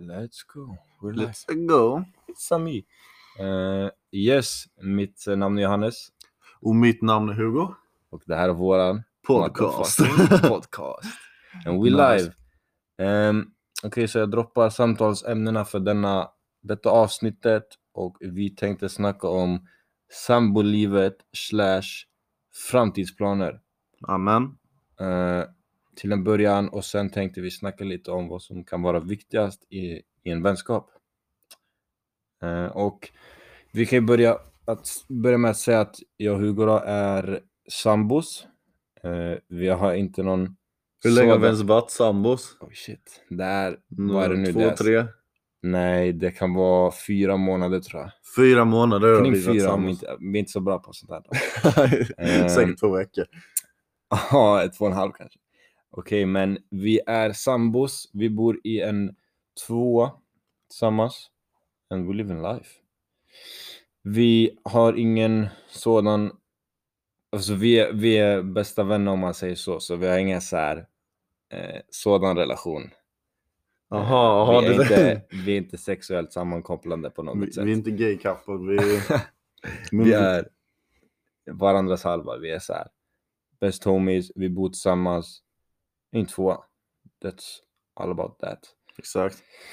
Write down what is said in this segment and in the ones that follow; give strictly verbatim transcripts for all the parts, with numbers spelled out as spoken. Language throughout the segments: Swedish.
Let's go. We're Let's live. go. It's me. Uh, yes, mitt namn är Johannes. Och mitt namn är Hugo. Och det här är våran Podcast. podcast. And we Nice. live. Um, Okej, okay, så jag droppar samtalsämnena för denna, detta avsnittet. Och vi tänkte snacka om sambolivet slash framtidsplaner. Amen. Uh, till en början, och sen tänkte vi snacka lite om vad som kan vara viktigast i, i en vänskap. Uh, och vi kan ju börja, att, börja med att säga att jag och Hugo då är sambos. Uh, vi har inte någon... Hur länge har vi ens varit sambos? Oh shit, där, Mm, vad är det nu? Två, det är? tre? Nej, det kan vara fyra månader tror jag. Fyra månader har Kring vi varit fyra, sambos. vi, inte, vi är inte så bra på sånt här. um, Säkert två veckor. Ja, ett två och en halv kanske. Okej, okay, men vi är sambos. Vi bor i en tvåa tillsammans. And we live in life. Vi har ingen sådan... Alltså vi är, vi är bästa vänner om man säger så. Så vi har ingen så här, eh, sådan relation. Jaha, vi, aha, är det inte, vi är inte sexuellt sammankopplande på något vi, sätt. vi är inte gay couple. Vi, vi är varandras halva. Vi är så här best homies. Vi bor tillsammans. In tvåa. That's all about that. Exakt.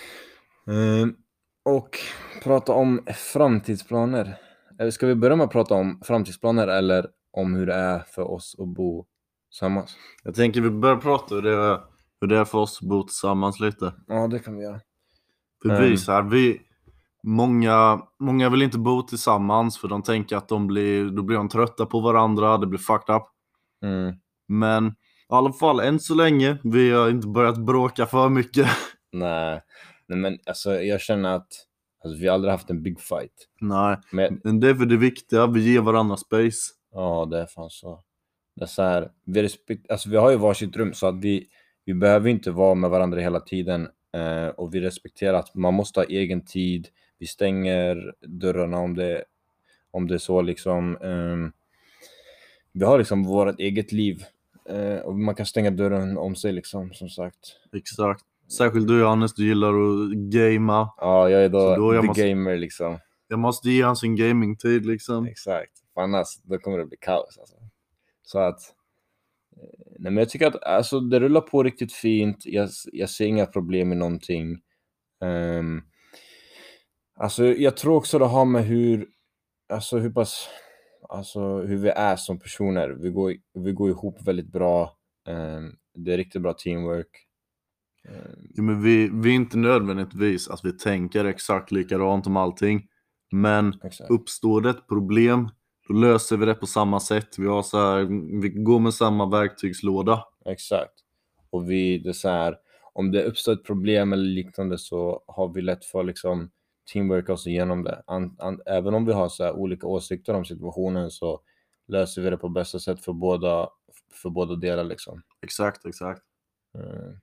Mm, och prata om framtidsplaner. Ska vi börja med att prata om framtidsplaner eller om hur det är för oss att bo tillsammans? Jag tänker vi börjar prata hur det är, hur det är för oss att bo tillsammans lite. Ja, det kan vi göra. För um, vi så här, vi... Många, många vill inte bo tillsammans för de tänker att de blir, då blir de trötta på varandra, det blir fucked up. Mm. Men i alla fall än så länge, vi har inte börjat bråka för mycket. Nej, Nej men alltså jag känner att alltså, vi har aldrig haft en big fight. Nej, men, men det är för det viktiga, vi ger varandra space. Ja, det är fan så. Det är så här, vi, respekt, alltså, vi har ju varsitt rum så att vi, vi behöver inte vara med varandra hela tiden. Eh, och vi respekterar att man måste ha egen tid. Vi stänger dörrarna om det, om det är så liksom. Um, vi har liksom vårt eget liv. Uh, och man kan stänga dörren om sig liksom, som sagt. Exakt. Särskilt du Johannes, du gillar att gamea. Ja, jag är då, då jag the måste, gamer liksom. Jag måste ge han sin gamingtid liksom. Exakt. För annars då kommer det bli kaos alltså. Så att nej, men jag tycker att alltså, det rullar på riktigt fint. Jag, jag ser inga problem med någonting. Um, alltså jag tror också det har med hur alltså hur pass alltså hur vi är som personer. Vi går vi går ihop väldigt bra. Um, det är riktigt bra teamwork. Um, ja, men vi vi är inte nödvändigtvis att vi tänker exakt likadant om allting. Men exakt. Uppstår det ett problem, då löser vi det på samma sätt. Vi har så här, vi går med samma verktygslåda. Exakt. Och vi det är så här, om det uppstår ett problem eller liknande så har vi lätt för liksom teamwork oss igenom det. An, an, även om vi har så här olika åsikter om situationen så löser vi det på bästa sätt för båda för båda delar liksom. Exakt, exakt. Mm.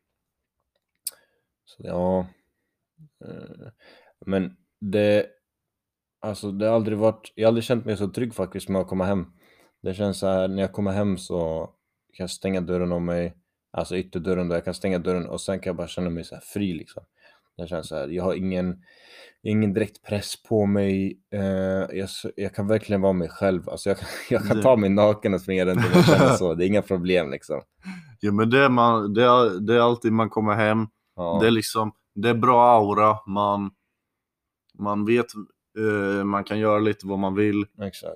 Så ja. Mm. Men det alltså det har aldrig varit jag har aldrig känt mig så trygg faktiskt med att komma hem. Det känns så här när jag kommer hem så kan jag stänga dörren om mig, alltså ytterdörren där jag kan stänga dörren och sen kan jag bara känna mig så här fri liksom. Det känns så här, jag har ingen ingen direkt press på mig. Uh, jag, jag kan verkligen vara mig själv. Alltså jag, jag kan ta mig naken och springa runt och känna så. Det är inga problem liksom. Ja, men det är, man, det är, det är alltid man kommer hem. Ja. Det är liksom, det är bra aura. Man, man vet, uh, man kan göra lite vad man vill. Exakt.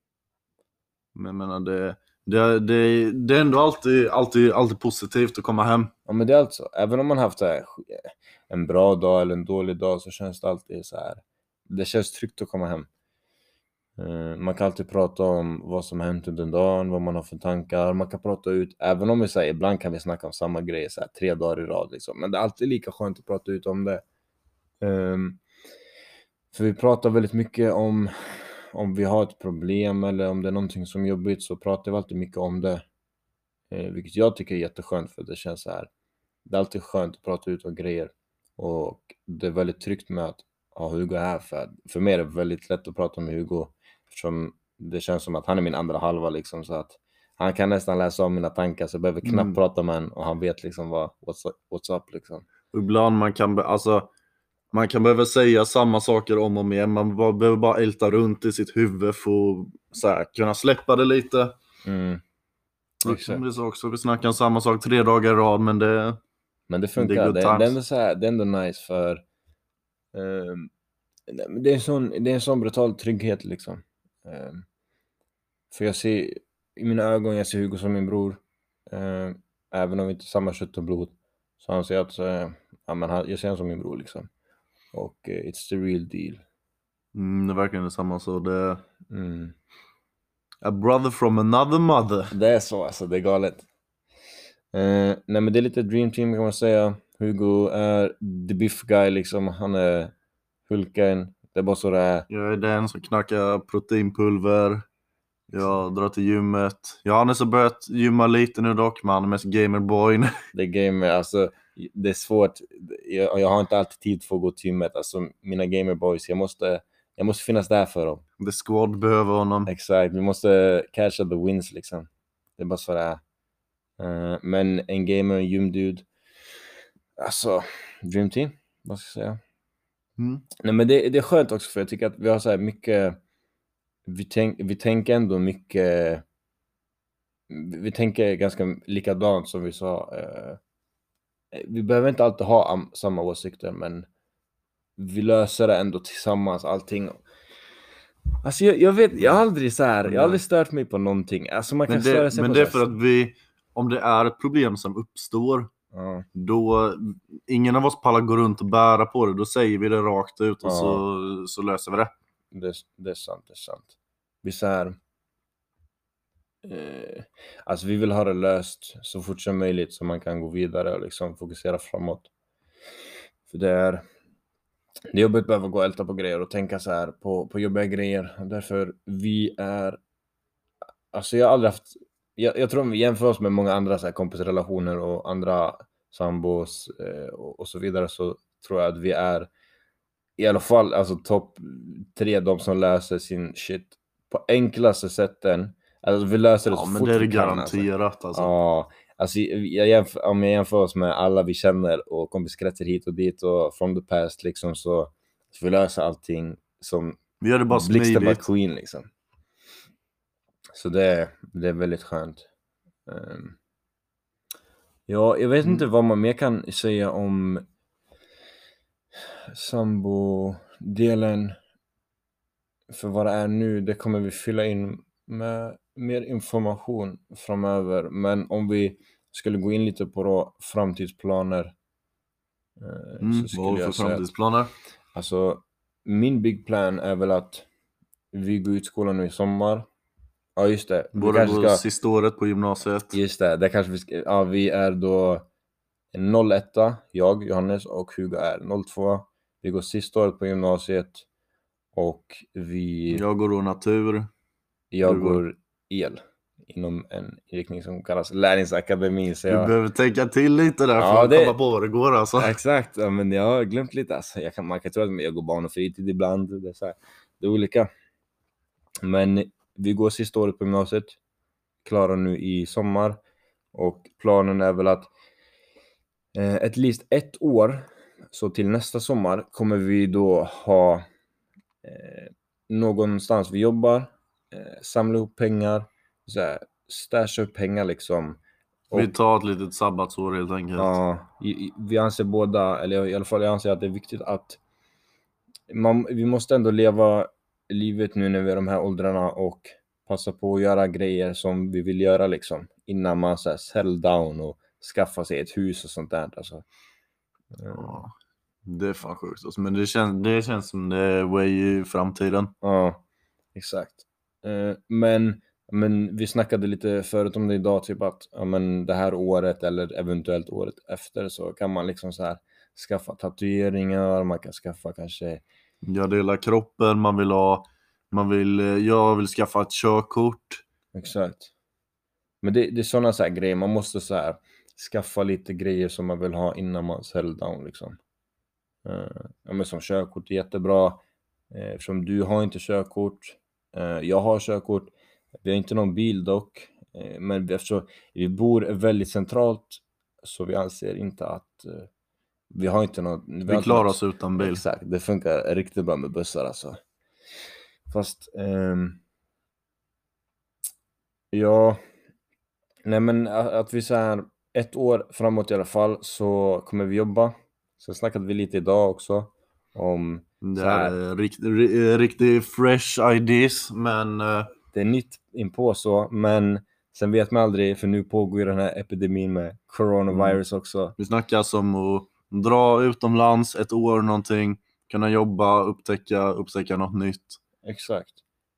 Men jag menar, det, det, det, det är ändå alltid, alltid, alltid positivt att komma hem. Ja, men det är alltså, även om man haft här, en bra dag eller en dålig dag så känns det alltid så här. Det känns tryggt att komma hem. Uh, man kan alltid prata om vad som hänt under dagen, vad man har för tankar. Man kan prata ut, även om vi säger ibland kan vi snacka om samma grej så här, tre dagar i rad liksom. Men det är alltid lika skönt att prata ut om det. Um, för vi pratar väldigt mycket om om vi har ett problem eller om det är någonting som är jobbigt så pratar vi alltid mycket om det. Eh, vilket jag tycker är jätteskönt för det känns så här. Det är alltid skönt att prata ut om grejer. Och det är väldigt tryggt med att ha Hugo här. För, för mig är det väldigt lätt att prata med Hugo. Eftersom det känns som att han är min andra halva liksom. Så att han kan nästan läsa om mina tankar så jag behöver knappt mm. prata med honom. Och han vet liksom vad, what's up, what's up liksom. Ibland man kan, alltså Man kan behöva säga samma saker om och om igen. Man bara, behöver bara älta runt i sitt huvud för att så här, kunna släppa det lite. Mm. Exakt. Det också. Vi snackar om samma sak tre dagar i rad, men det... Men det funkar. Det, det, det, är ändå så här, det är ändå nice för... Um, det, är en sån, det är en sån brutal trygghet liksom. Um, för jag ser... I mina ögon, jag ser Hugo som min bror. Um, även om vi inte är samma kött och blod. Så han säger att... Uh, ja, men han, jag ser honom som min bror liksom. Och uh, it's the real deal. Mm, det är verkligen detsamma. Så det... Mm. A brother from another mother. Det är så, alltså. Det är galet. Uh, nej, men det är lite dream team kan man säga. Hugo är the biff guy liksom. Han är Hulken. Det är bara så det är. Jag är den som knackar proteinpulver. Jag drar till gymmet. Johannes har börjat gymma lite nu dock, men han är mest gamerboy. Det är gamer, alltså det är svårt. Jag, jag har inte alltid tid för att gå till gymmet. Alltså mina gamerboys, jag måste, jag måste finnas där för dem. The squad behöver honom. Exakt, vi måste catcha the wins liksom. Det är bara så det är. Uh, men en gamer, en gymdude. Alltså, dream team, vad ska jag säga? Mm. Nej, men det, det är skönt också, för jag tycker att vi har så här mycket... Vi, tänk, vi tänker ändå mycket... Vi tänker ganska likadant som vi sa. Uh, vi behöver inte alltid ha am, samma åsikter, men vi löser det ändå tillsammans, allting. Alltså jag, jag vet, jag har aldrig så här, jag har aldrig stört mig på någonting. Alltså man kan men störa det, sig men på det är så för att vi, om det är ett problem som uppstår, ja. Då ingen av oss pallar gå runt och bära på det. Då säger vi det rakt ut och Ja. så, så löser vi det. Det, det är sant, det är sant. Vi så här, eh, alltså vi vill ha det löst så fort som möjligt så man kan gå vidare och liksom fokusera framåt. För det är det är jobbigt att behöva gå och älta på grejer och tänka så här på, på jobbiga grejer. Därför vi är, alltså jag har aldrig haft, jag, jag tror om vi jämför oss med många andra så här kompisrelationer och andra sambos eh, och, och så vidare, så tror jag att vi är i alla fall alltså topp tre, de som löser sin shit på enklaste sätten. Alltså vi löser det Ja, så men fort det är det vi kan, garanterat alltså. alltså. Ja, alltså jag jämför, om jag jämför oss med alla vi känner och kompiskretsar hit och dit och from the past liksom, så, så vi löser allting som Vi gör det bara smidigt. Queen liksom. Så det, det är väldigt skönt. Um, ja, jag vet Mm. inte vad man mer kan säga om sambo-delen. För vad det är nu, det kommer vi fylla in med mer information framöver. Men om vi skulle gå in lite på då framtidsplaner. Eh, Mm, så vad har skulle vi för jag säga, framtidsplaner? alltså min big plan är väl att vi går ut skolan nu i sommar. Ja just det. Vi Båda kanske går ska, sista året på gymnasiet. just det, det kanske vi ska, ja vi är då noll ett, jag, Johannes, och Hugo är noll två. Vi går sista året på gymnasiet. Och vi... Jag går då natur. Jag Du går- går el. Inom en inriktning som kallas lärlingsakademi. Så Du jag... behöver tänka till lite där för Ja, att det- komma på vad det går alltså. Exakt, ja, men jag har glömt lite alltså. jag kan, Man kan tro att jag går barn och fritid ibland. Det är, så här, det är olika. Men vi går sista året på gymnasiet. Klara nu i sommar. Och planen är väl att eh, ett least ett år, så till nästa sommar, kommer vi då ha eh, någonstans vi jobbar, eh, samla ihop pengar, så här, stasha upp pengar liksom. Och, Vi tar ett litet sabbatsår helt enkelt. ja, i- i- vi anser båda, eller i alla fall jag anser att det är viktigt att man, vi måste ändå leva livet nu när vi är de här åldrarna och passa på att göra grejer som vi vill göra liksom, innan man så här settle down och skaffa sig ett hus och sånt där alltså. Ja, det är fan sjukt alltså. Men det känns, det känns som det är way i framtiden. Ja, exakt. Eh, men, men vi snackade lite förut om det idag, typ att ja, men det här året eller eventuellt året efter så kan man liksom så här skaffa tatueringar, man kan skaffa kanske... Jag delar kroppen, man vill ha, man vill, eh, jag vill skaffa ett körkort. Exakt. Men det, det är sådana så här grejer, man måste så här skaffa lite grejer som man vill ha innan man settle down liksom. Eh, ja, men som körkort är jättebra, eh, eftersom du har inte körkort, eh, jag har körkort, vi har inte någon bil dock, eh, men eftersom vi bor väldigt centralt så vi anser inte att eh, vi har inte något... Vi, Vi har klarar inte oss utan bil. Exakt, det funkar riktigt bra med bussar alltså. Fast, ehm, ja, nej men att, att vi så här ett år framåt i alla fall så kommer vi jobba. Så snackade vi lite idag också om Det så här, är riktigt riktigt fresh ideas, men eh, det är nytt inpå så, men sen vet man aldrig, för nu pågår ju den här epidemin med coronavirus också. vi snackar alltså om att dra utomlands ett år någonting, kunna jobba, upptäcka, upptäcka något nytt. Exakt.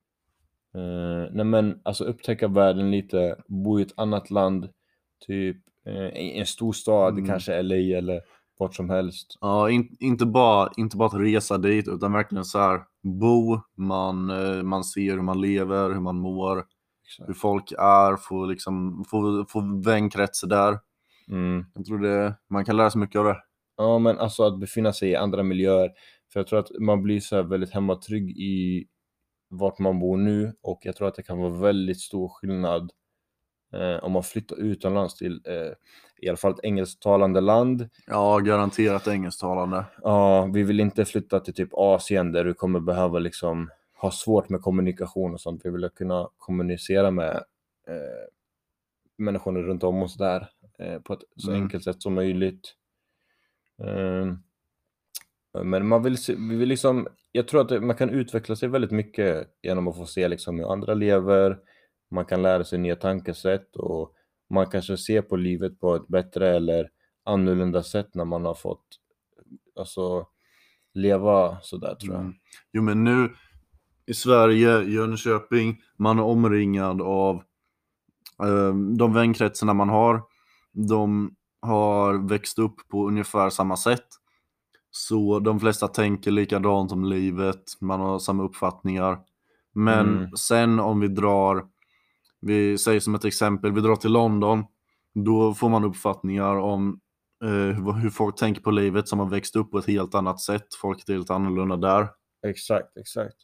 Uh, nej men alltså upptäcka världen lite, bo i ett annat land, typ uh, i en stor stad, Mm. kanske L A eller vart som helst. Ja, in, inte, bara, inte bara att resa dit, utan verkligen så här bo, man, eh, man ser hur man lever, hur man mår, Exakt. hur folk är, få liksom, få, få vänkretser där. Mm. Jag tror det, man kan lära sig mycket av det. Ja, men alltså att befinna sig i andra miljöer, för jag tror att man blir så här väldigt hemmatrygg i vart man bor nu, och jag tror att det kan vara väldigt stor skillnad eh, om man flyttar utomlands till eh, i alla fall ett engelsktalande land. Ja, garanterat engelsktalande. Ja, vi vill inte flytta till typ Asien där du kommer behöva liksom ha svårt med kommunikation och sånt. Vi vill kunna kommunicera med eh, människorna runt om oss där eh, på ett så Mm. enkelt sätt som möjligt. Eh, men man vill, se, vi vill liksom, jag tror att det, man kan utveckla sig väldigt mycket genom att få se liksom hur andra lever. Man kan lära sig nya tankesätt och man kanske ser på livet på ett bättre eller annorlunda sätt när man har fått alltså leva sådär, tror jag. Mm. Jo, men nu i Sverige, Jönköping, man är omringad av eh, de vänkretsarna man har. De har växt upp på ungefär samma sätt. Så de flesta tänker likadant om livet, man har samma uppfattningar. Men Mm. sen om vi drar, vi säger som ett exempel, vi drar till London, då får man uppfattningar om eh, hur folk tänker på livet som har växt upp på ett helt annat sätt. Folk är helt annorlunda där. Exakt, exakt.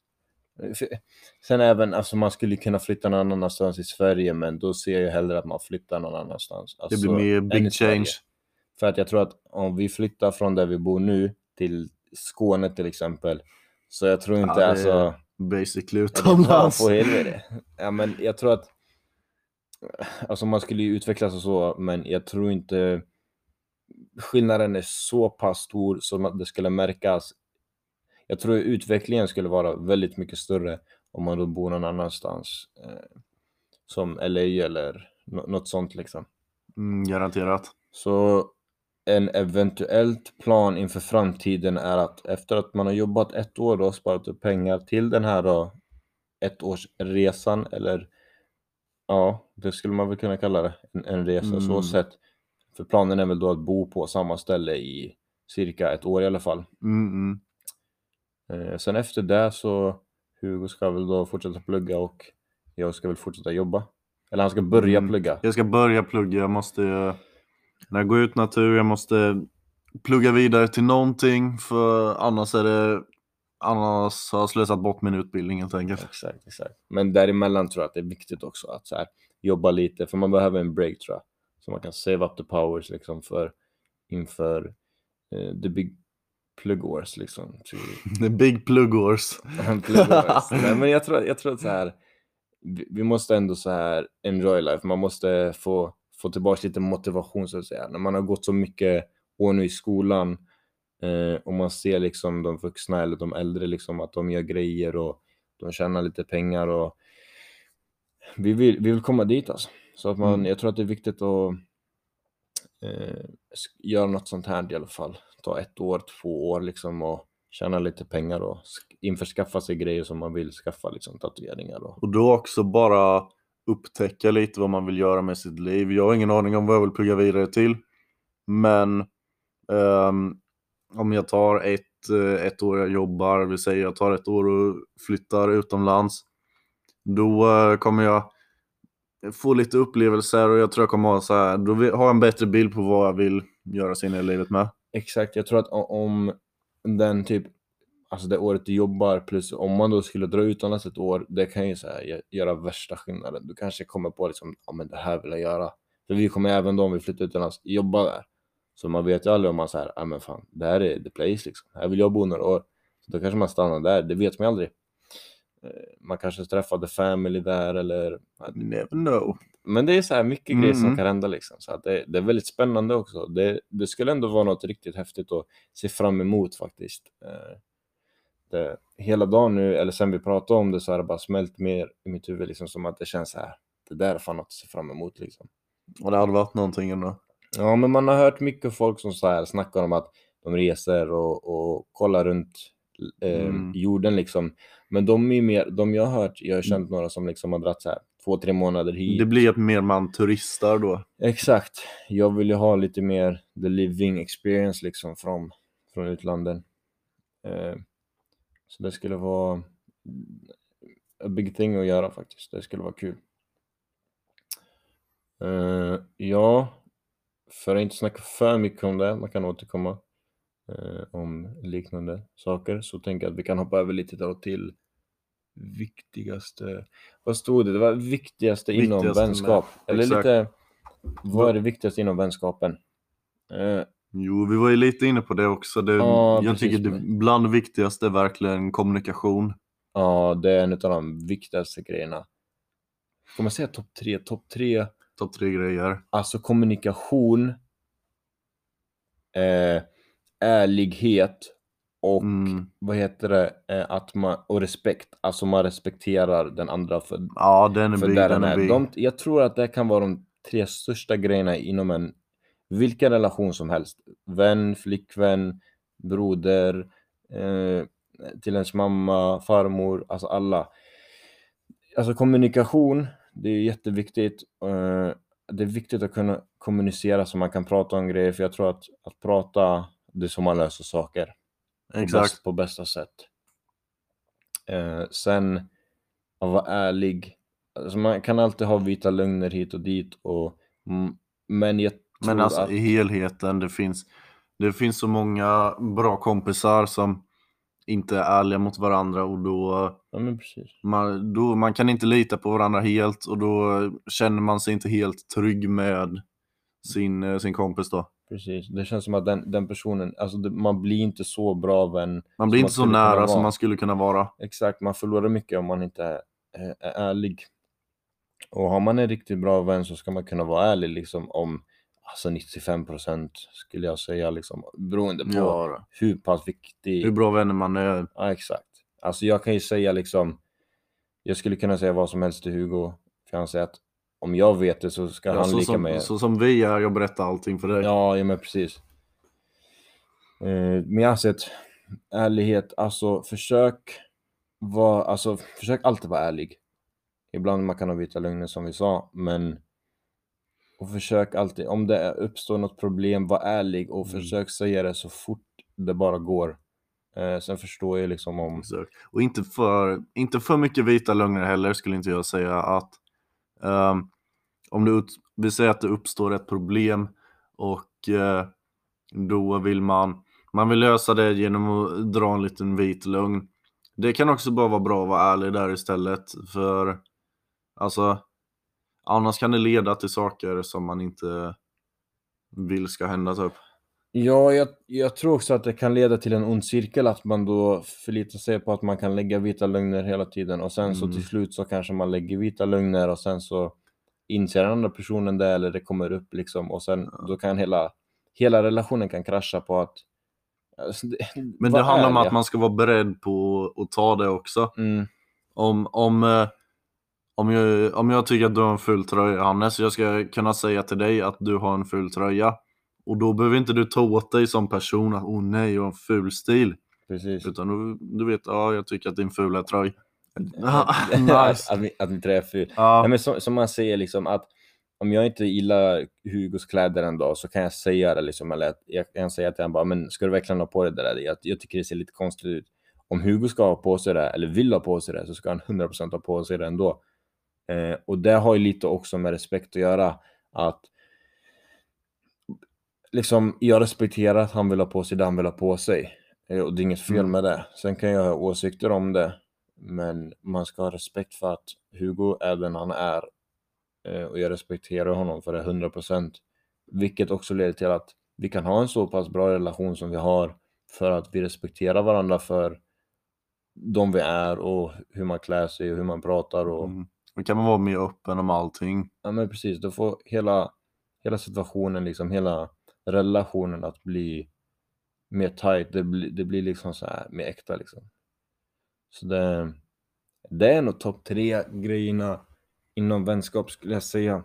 Sen även, alltså man skulle kunna flytta någon annanstans i Sverige, men då ser jag hellre att man flyttar någon annanstans. Alltså, Det blir mer än i big Sverige. change. För att jag tror att om vi flyttar från där vi bor nu till Skåne till exempel, så jag tror inte, Ja, det är alltså basically ja, utomlands. på helvete. Ja, men jag tror att alltså man skulle ju utvecklas och så, men jag tror inte skillnaden är så pass stor som att det skulle märkas. Jag tror utvecklingen skulle vara väldigt mycket större om man då bor någon annanstans eh, som L A eller no- något sånt liksom. Mm, garanterat. Så en eventuellt plan inför framtiden är att efter att man har jobbat ett år och sparat upp pengar till den här då, ett års resan, eller ja, det skulle man väl kunna kalla det, en, en resa Mm. så sett. För planen är väl då att bo på samma ställe i cirka ett år i alla fall. Mm, mm. Eh, sen efter det så Hugo ska väl då fortsätta plugga och jag ska väl fortsätta jobba. Eller han ska börja Mm. plugga. Jag ska börja plugga, jag måste, när jag går ut natur, jag måste plugga vidare till någonting, för annars är det, annars har jag slösat bort min utbildning helt enkelt. Exakt, exakt. Men däremellan tror jag att det är viktigt också att så här, jobba lite, för man behöver en break tror jag. Så man kan save up the powers liksom för inför eh, the big plug wars liksom. The big plug wars. Plug wars. Nej, men jag tror, jag tror att så här, vi, vi måste ändå så här enjoy life. Man måste få, få tillbaka lite motivation så att säga. När man har gått så mycket år nu i skolan eh, och man ser liksom de vuxna eller de äldre liksom att de gör grejer och de tjänar lite pengar och vi vill, vi vill komma dit alltså. Så att man, Mm. jag tror att det är viktigt att eh, göra något sånt här i alla fall. Ta ett år, två år liksom och tjäna lite pengar och sk- införskaffa sig grejer som man vill skaffa, liksom tatueringar och... Och då också bara upptäcka lite vad man vill göra med sitt liv. Jag har ingen aning om vad jag vill plugga vidare till. Men um, om jag tar ett, ett år jag jobbar, vi säger jag tar ett år och flyttar utomlands, då uh, kommer jag få lite upplevelser och jag tror jag kommer ha så här, då vill, ha en bättre bild på vad jag vill göra senare i livet med. Exakt, jag tror att o- om den typ, alltså det året du jobbar plus om man då skulle dra utomlands ett år, det kan ju så här gö- göra värsta skillnaden. Du kanske kommer på liksom, ja men det här vill jag göra. För vi kommer även då om vi flyttar utomlands jobba där. Så man vet ju aldrig om man säger, ja men fan, det här är the place liksom. Här vill jag bo några år. Så då kanske man stannar där, det vet man aldrig. Man kanske träffade family där eller... Never know. Men det är så här mycket Mm. grejer som kan hända liksom. Så att det, det är väldigt spännande också. Det, det skulle ändå vara något riktigt häftigt att se fram emot faktiskt. Det, hela dagen nu, eller sen vi pratade om det, så har det bara smält mer i mitt huvud liksom, som att det känns så här. Det där är fan något att se fram emot liksom. Och det hade varit någonting ändå. Ja, men man har hört mycket folk som så här snackar om att de reser och, och kollar runt eh, Mm. jorden liksom. Men de är mer, de jag har hört, jag har känt några som liksom har dratt så här två, tre månader hit. Det blir ett mer man turistar då. Exakt. Jag vill ju ha lite mer the living experience liksom från, från utlandet. Eh, så det skulle vara a big thing att göra faktiskt. Det skulle vara kul. Eh, ja, för att inte snacka för mycket om det, man kan återkomma eh, om liknande saker, så tänker jag att vi kan hoppa över lite då till viktigaste, vad stod det? Det var viktigaste, inom Viktigaste vänskap. med- Eller exakt. lite, vad är det viktigaste inom vänskapen? Eh, Jo, vi var ju lite inne på det också. Det, Ja, jag precis. tycker det bland det viktigaste är verkligen kommunikation. ja, det är en av de viktigaste grejerna. Får man säga topp tre? Topp tre, Topp tre grejer. alltså kommunikation, eh, ärlighet och Mm. vad heter det, eh, att man, och respekt, alltså man respekterar den andra för, Ja, den är för big. där Den den är är. big. De, jag tror att det kan vara de tre största grejerna inom en, vilken relation som helst, vän, flickvän, broder, eh, till ens mamma, farmor, alltså alla. Alltså kommunikation, det är jätteviktigt. eh, Det är viktigt att kunna kommunicera så man kan prata om grejer, för jag tror att att prata, det är så man löser saker på, Exakt. bäst, på bästa sätt. Eh, sen att vara ärlig. Alltså man kan alltid ha vita lögner hit och dit, och, mm, men jag tror Men alltså att... i helheten, det finns, det finns så många bra kompisar som inte är ärliga mot varandra, och då Ja, men precis. man, då man kan inte lita på varandra helt, och då känner man sig inte helt trygg med sin, eh, sin kompis då. Precis. Det känns som att den, den personen, alltså det, man blir inte så bra vän. Man blir som inte så skulle kunna nära som vara. man skulle kunna vara. Exakt, man förlorar mycket om man inte är, är, är ärlig. Och har man en riktigt bra vän så ska man kunna vara ärlig liksom om, alltså nittiofem procent skulle jag säga liksom, beroende på Ja, då. hur pass viktig. Hur bra vänner man är. Ja, exakt. Alltså jag kan ju säga liksom, jag skulle kunna säga vad som helst till Hugo, för han säger att om jag vet det så ska Ja, han så, lika som, med. så som vi är, jag berättar allting för dig. Ja, ja men precis. Eh, men jag har sett ärlighet, alltså försök vara, alltså försök alltid vara ärlig. Ibland man kan ha vita lögner som vi sa, men och försök alltid, om det uppstår något problem, var ärlig och Mm. försök säga det så fort det bara går. Eh, sen förstår jag liksom om... Exakt. Och inte för, inte för mycket vita lögner heller, skulle inte jag säga. Att um, om det ut, vi säger att det uppstår ett problem, och uh, då vill man man vill lösa det genom att dra en liten vit lögn. Det kan också bara vara bra att vara ärlig där istället, för alltså annars kan det leda till saker som man inte vill ska hända typ. Ja, jag, jag tror också att det kan leda till en ond cirkel, att man då förlitar sig på att man kan lägga vita lögner hela tiden, och sen så Mm. till slut så kanske man lägger vita lögner och sen så inser den andra personen det, eller det kommer upp liksom, och sen då kan hela hela relationen kan krascha på att alltså, det, Men vad det handlar om ärliga. att man ska vara beredd på att ta det också. mm, Om, om, eh, om, jag, om jag tycker att du har en full tröja, Hannes, jag ska kunna säga till dig att du har en full tröja. Och då behöver inte du ta åt dig som person att åh nej, jag har en ful stil. precis. Utan du, du vet, ja, jag tycker att din fula tröja. att, Nice. att, att ni träffar. Ja, Nej, men som, som man säger liksom, att om jag inte gillar Hugos kläder en dag, så kan jag säga det liksom, eller att jag kan säga till honom bara, men ska du verkligen ha på dig det där? Jag, jag tycker det ser lite konstigt ut. Om Hugo ska ha på sig det, eller vill ha på sig det, så ska han hundra procent ha på sig det ändå. Eh, och det har ju lite också med respekt att göra, att liksom, jag respekterar att han vill ha på sig det han vill ha på sig. Eh, och det är inget fel Mm. med det. Sen kan jag ha åsikter om det, men man ska ha respekt för att Hugo är den han är. Eh, och jag respekterar honom för det hundra procent. Vilket också leder till att vi kan ha en så pass bra relation som vi har för att vi respekterar varandra för de vi är och hur man klär sig och hur man pratar och Mm. Då kan man vara mer öppen om allting. ja men precis, då får hela, hela situationen liksom, hela relationen att bli mer tight, det, bli, det blir liksom så här mer äkta liksom. Så det, det är nog topp tre grejerna inom vänskap skulle jag säga.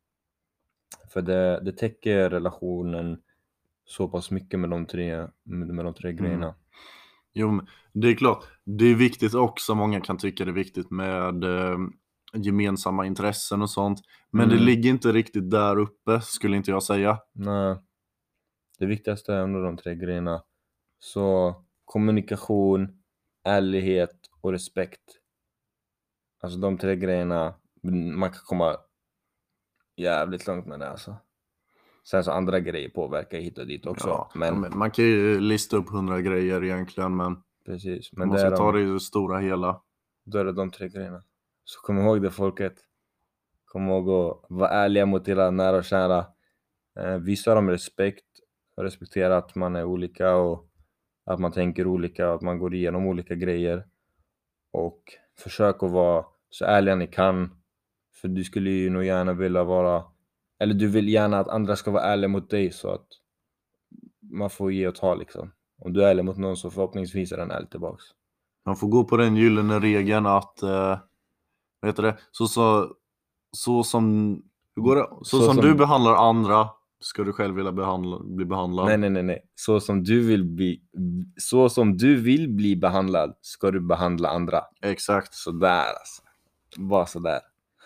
För det, det täcker relationen så pass mycket med de tre, med, med de tre Mm. grejerna. Jo, men det är klart. Det är viktigt också, många kan tycka det är viktigt med eh, gemensamma intressen och sånt. Men Mm. det ligger inte riktigt där uppe, skulle inte jag säga. Nej, det viktigaste är ändå de tre grejerna. Så kommunikation, ärlighet och respekt. Alltså de tre grejerna, man kan komma jävligt långt med det alltså. Sen så andra grejer påverkar hit och dit också. Ja, men, men man kan ju lista upp hundra grejer egentligen, men precis, men man det måste är de, ta det i det stora hela. då är det de tre grejerna. Så kom ihåg det folket. Kom ihåg att vara ärliga mot era nära och kära. Eh, visa dem respekt. Och respektera att man är olika och att man tänker olika och att man går igenom olika grejer. Och försök att vara så ärliga ni kan. För du skulle ju nog gärna vilja vara, eller du vill gärna att andra ska vara ärliga mot dig så att man får ge och ta liksom. Om du är ärlig mot någon så förhoppningsvis är den ärlig tillbaks. Man får gå på den gyllene regeln att eh, vad heter det? Så, så, så som hur går det? Så, Så som, som- du behandlar andra ska du själv vilja behandla, bli behandlad. Nej nej nej nej. Så som du vill bli så som du vill bli behandlad ska du behandla andra. Exakt. Sådär alltså. Bara sådär.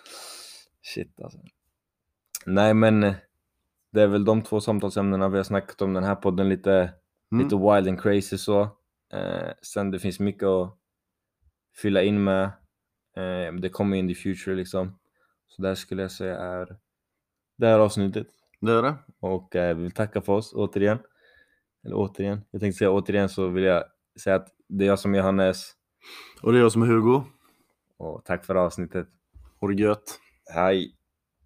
Shit alltså. Nej men det är väl de två samtalsämnena vi har snackat om den här podden lite, Mm. lite wild and crazy så. Eh, sen det finns mycket att fylla in med. Eh, det kommer in the future liksom. Så där skulle jag säga är det här avsnittet. Det är det. Och eh, vi vill tacka för oss återigen. Eller återigen. Jag tänkte säga återigen så vill jag säga att det är jag som är Johannes. Och det är jag som är Hugo. Och tack för avsnittet. Ha det gött. Hej.